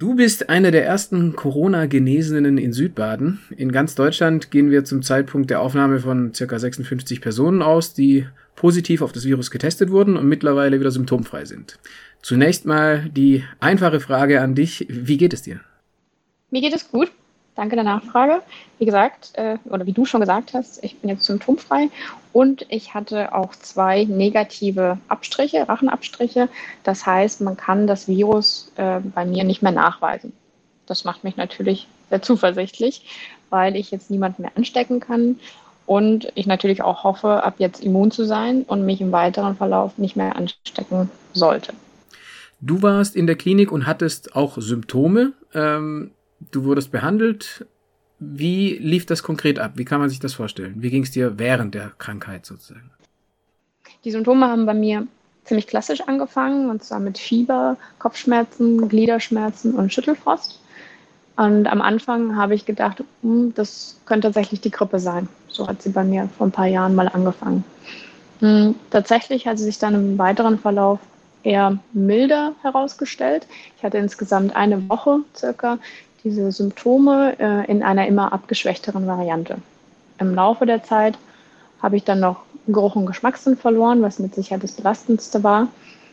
Du bist einer der ersten Corona-Genesenen in Südbaden. In ganz Deutschland gehen wir zum Zeitpunkt der Aufnahme von ca. 56 Personen aus, die positiv auf das Virus getestet wurden und mittlerweile wieder symptomfrei sind. Zunächst mal die einfache Frage an dich. Wie geht es dir? Mir geht es gut. Danke der Nachfrage. Wie gesagt, oder wie du schon gesagt hast, ich bin jetzt symptomfrei und ich hatte auch 2 negative Abstriche, Rachenabstriche. Das heißt, man kann das Virus bei mir nicht mehr nachweisen. Das macht mich natürlich sehr zuversichtlich, weil ich jetzt niemanden mehr anstecken kann und ich natürlich auch hoffe, ab jetzt immun zu sein und mich im weiteren Verlauf nicht mehr anstecken sollte. Du warst in der Klinik und hattest auch Symptome. Du wurdest behandelt. Wie lief das konkret ab? Wie kann man sich das vorstellen? Wie ging es dir während der Krankheit sozusagen? Die Symptome haben bei mir ziemlich klassisch angefangen, und zwar mit Fieber, Kopfschmerzen, Gliederschmerzen und Schüttelfrost. Und am Anfang habe ich gedacht, das könnte tatsächlich die Grippe sein. So hat sie bei mir vor ein paar Jahren mal angefangen. Tatsächlich hat sie sich dann im weiteren Verlauf eher milder herausgestellt. Ich hatte insgesamt eine Woche circa diese Symptome in einer immer abgeschwächteren Variante. Im Laufe der Zeit habe ich dann noch Geruch und Geschmackssinn verloren, was mit Sicherheit das Belastendste war.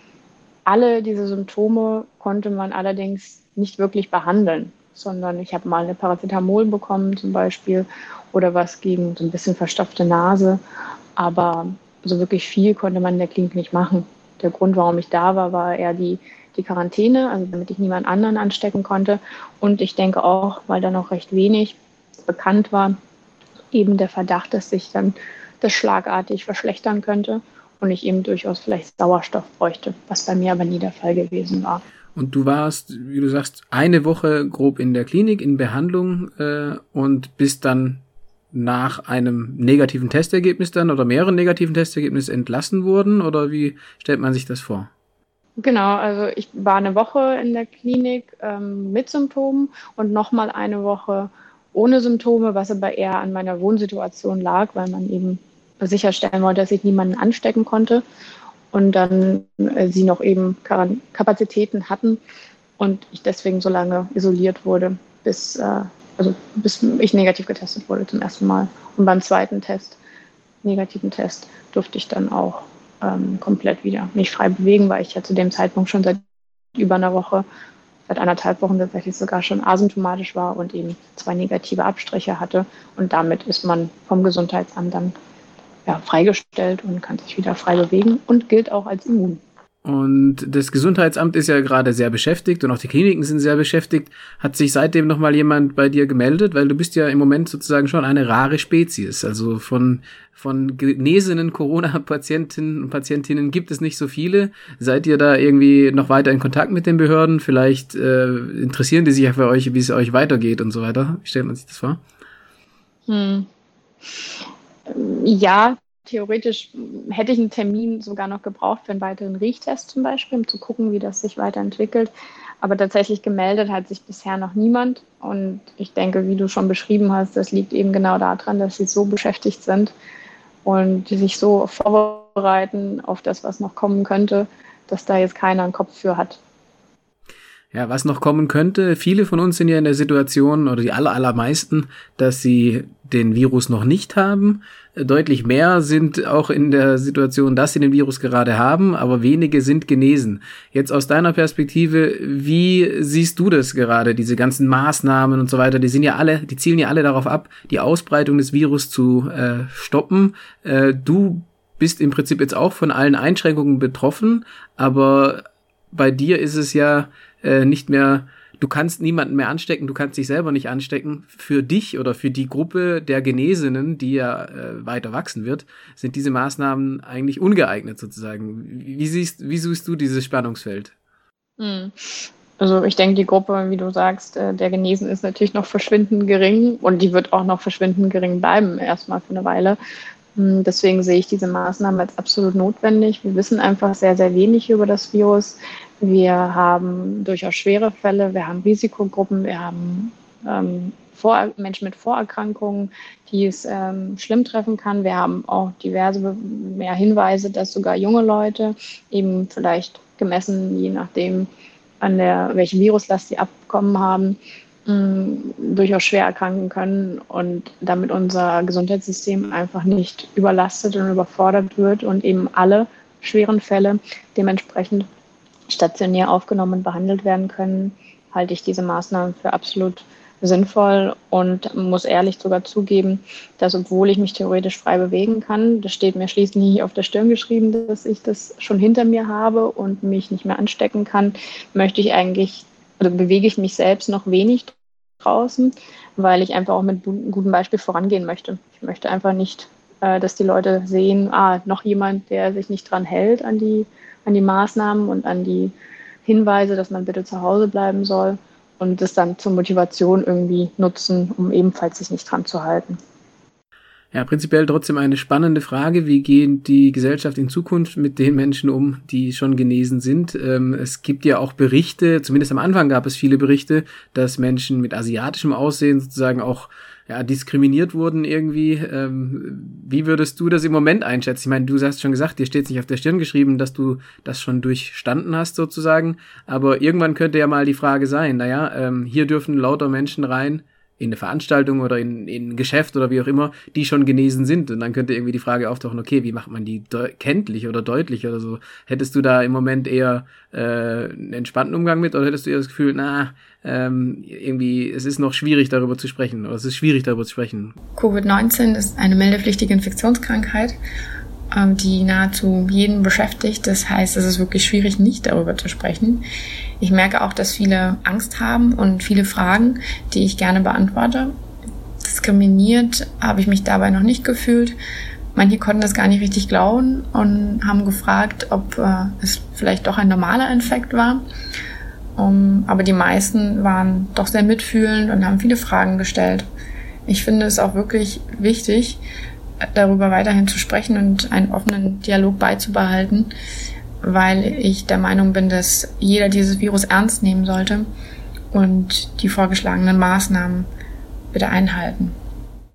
Alle diese Symptome konnte man allerdings nicht wirklich behandeln, sondern ich habe mal eine Paracetamol bekommen zum Beispiel oder was gegen so ein bisschen verstopfte Nase. Aber so wirklich viel konnte man in der Klinik nicht machen. Der Grund, warum ich da war, war eher die Quarantäne, also damit ich niemand anderen anstecken konnte. Und ich denke auch, weil da noch recht wenig bekannt war, eben der Verdacht, dass sich dann das schlagartig verschlechtern könnte und ich eben durchaus vielleicht Sauerstoff bräuchte, was bei mir aber nie der Fall gewesen war. Und du warst, wie du sagst, eine Woche grob in der Klinik in Behandlung und bist dann nach einem negativen Testergebnis dann oder mehreren negativen Testergebnissen entlassen worden? Oder wie stellt man sich das vor? Genau, also ich war eine Woche in der Klinik mit Symptomen und nochmal eine Woche ohne Symptome, was aber eher an meiner Wohnsituation lag, weil man eben sicherstellen wollte, dass ich niemanden anstecken konnte und dann sie noch eben Kapazitäten hatten und ich deswegen so lange isoliert wurde, bis ich negativ getestet wurde zum ersten Mal. Und beim zweiten negativen Test, durfte ich dann auch komplett wieder mich frei bewegen, weil ich ja zu dem Zeitpunkt schon seit über einer Woche, seit 1,5 Wochen tatsächlich sogar schon asymptomatisch war und eben 2 negative Abstriche hatte. Und damit ist man vom Gesundheitsamt dann freigestellt und kann sich wieder frei bewegen und gilt auch als immun. Und das Gesundheitsamt ist ja gerade sehr beschäftigt und auch die Kliniken sind sehr beschäftigt. Hat sich seitdem nochmal jemand bei dir gemeldet? Weil du bist ja im Moment sozusagen schon eine rare Spezies. Also von genesenen Corona-Patientinnen und Patientinnen gibt es nicht so viele. Seid ihr da irgendwie noch weiter in Kontakt mit den Behörden? Vielleicht interessieren die sich ja für euch, wie es euch weitergeht und so weiter. Wie stellt man sich das vor? Ja, theoretisch hätte ich einen Termin sogar noch gebraucht für einen weiteren Riechtest zum Beispiel, um zu gucken, wie das sich weiterentwickelt. Aber tatsächlich gemeldet hat sich bisher noch niemand. Und ich denke, wie du schon beschrieben hast, das liegt eben genau daran, dass sie so beschäftigt sind und die sich so vorbereiten auf das, was noch kommen könnte, dass da jetzt keiner einen Kopf für hat. Ja, was noch kommen könnte, viele von uns sind ja in der Situation, oder die allermeisten, dass sie den Virus noch nicht haben. Deutlich mehr sind auch in der Situation, dass sie den Virus gerade haben, aber wenige sind genesen. Jetzt aus deiner Perspektive, wie siehst du das gerade, diese ganzen Maßnahmen und so weiter? Die zielen ja alle darauf ab, die Ausbreitung des Virus zu stoppen. Du bist im Prinzip jetzt auch von allen Einschränkungen betroffen, aber bei dir ist es ja nicht mehr, du kannst niemanden mehr anstecken, du kannst dich selber nicht anstecken. Für dich oder für die Gruppe der Genesenen, die ja weiter wachsen wird, sind diese Maßnahmen eigentlich ungeeignet sozusagen. Wie siehst du dieses Spannungsfeld? Also ich denke, die Gruppe, wie du sagst, der Genesen ist natürlich noch verschwindend gering und die wird auch noch verschwindend gering bleiben, erstmal für eine Weile. Deswegen sehe ich diese Maßnahmen als absolut notwendig. Wir wissen einfach sehr, sehr wenig über das Virus. Wir haben durchaus schwere Fälle, wir haben Risikogruppen, wir haben Menschen mit Vorerkrankungen, die es schlimm treffen kann. Wir haben auch diverse mehr Hinweise, dass sogar junge Leute eben vielleicht gemessen, je nachdem, welche Viruslast sie abbekommen haben, durchaus schwer erkranken können und damit unser Gesundheitssystem einfach nicht überlastet und überfordert wird und eben alle schweren Fälle dementsprechend stationär aufgenommen und behandelt werden können, halte ich diese Maßnahmen für absolut sinnvoll und muss ehrlich sogar zugeben, dass obwohl ich mich theoretisch frei bewegen kann, das steht mir schließlich nicht auf der Stirn geschrieben, dass ich das schon hinter mir habe und mich nicht mehr anstecken kann, bewege ich mich selbst noch wenig draußen, weil ich einfach auch mit gutem Beispiel vorangehen möchte. Ich möchte einfach nicht, dass die Leute sehen, noch jemand, der sich nicht dran hält an die Maßnahmen und an die Hinweise, dass man bitte zu Hause bleiben soll und das dann zur Motivation irgendwie nutzen, um ebenfalls sich nicht dran zu halten. Ja, prinzipiell trotzdem eine spannende Frage. Wie geht die Gesellschaft in Zukunft mit den Menschen um, die schon genesen sind? Es gibt ja auch Berichte, zumindest am Anfang gab es viele Berichte, dass Menschen mit asiatischem Aussehen sozusagen auch diskriminiert wurden irgendwie. Wie würdest du das im Moment einschätzen? Ich meine, du hast schon gesagt, dir steht es nicht auf der Stirn geschrieben, dass du das schon durchstanden hast sozusagen. Aber irgendwann könnte ja mal die Frage sein, hier dürfen lauter Menschen rein, in eine Veranstaltung oder in ein Geschäft oder wie auch immer, die schon genesen sind. Und dann könnte irgendwie die Frage auftauchen, okay, wie macht man die kenntlich oder deutlich oder so? Hättest du da im Moment eher einen entspannten Umgang mit oder hättest du eher das Gefühl, irgendwie, es ist noch schwierig darüber zu sprechen oder es ist schwierig darüber zu sprechen? Covid-19 ist eine meldepflichtige Infektionskrankheit, die nahezu jeden beschäftigt. Das heißt, es ist wirklich schwierig, nicht darüber zu sprechen. Ich merke auch, dass viele Angst haben und viele Fragen, die ich gerne beantworte. Diskriminiert habe ich mich dabei noch nicht gefühlt. Manche konnten das gar nicht richtig glauben und haben gefragt, ob es vielleicht doch ein normaler Infekt war. Aber die meisten waren doch sehr mitfühlend und haben viele Fragen gestellt. Ich finde es auch wirklich wichtig, darüber weiterhin zu sprechen und einen offenen Dialog beizubehalten, weil ich der Meinung bin, dass jeder dieses Virus ernst nehmen sollte und die vorgeschlagenen Maßnahmen bitte einhalten.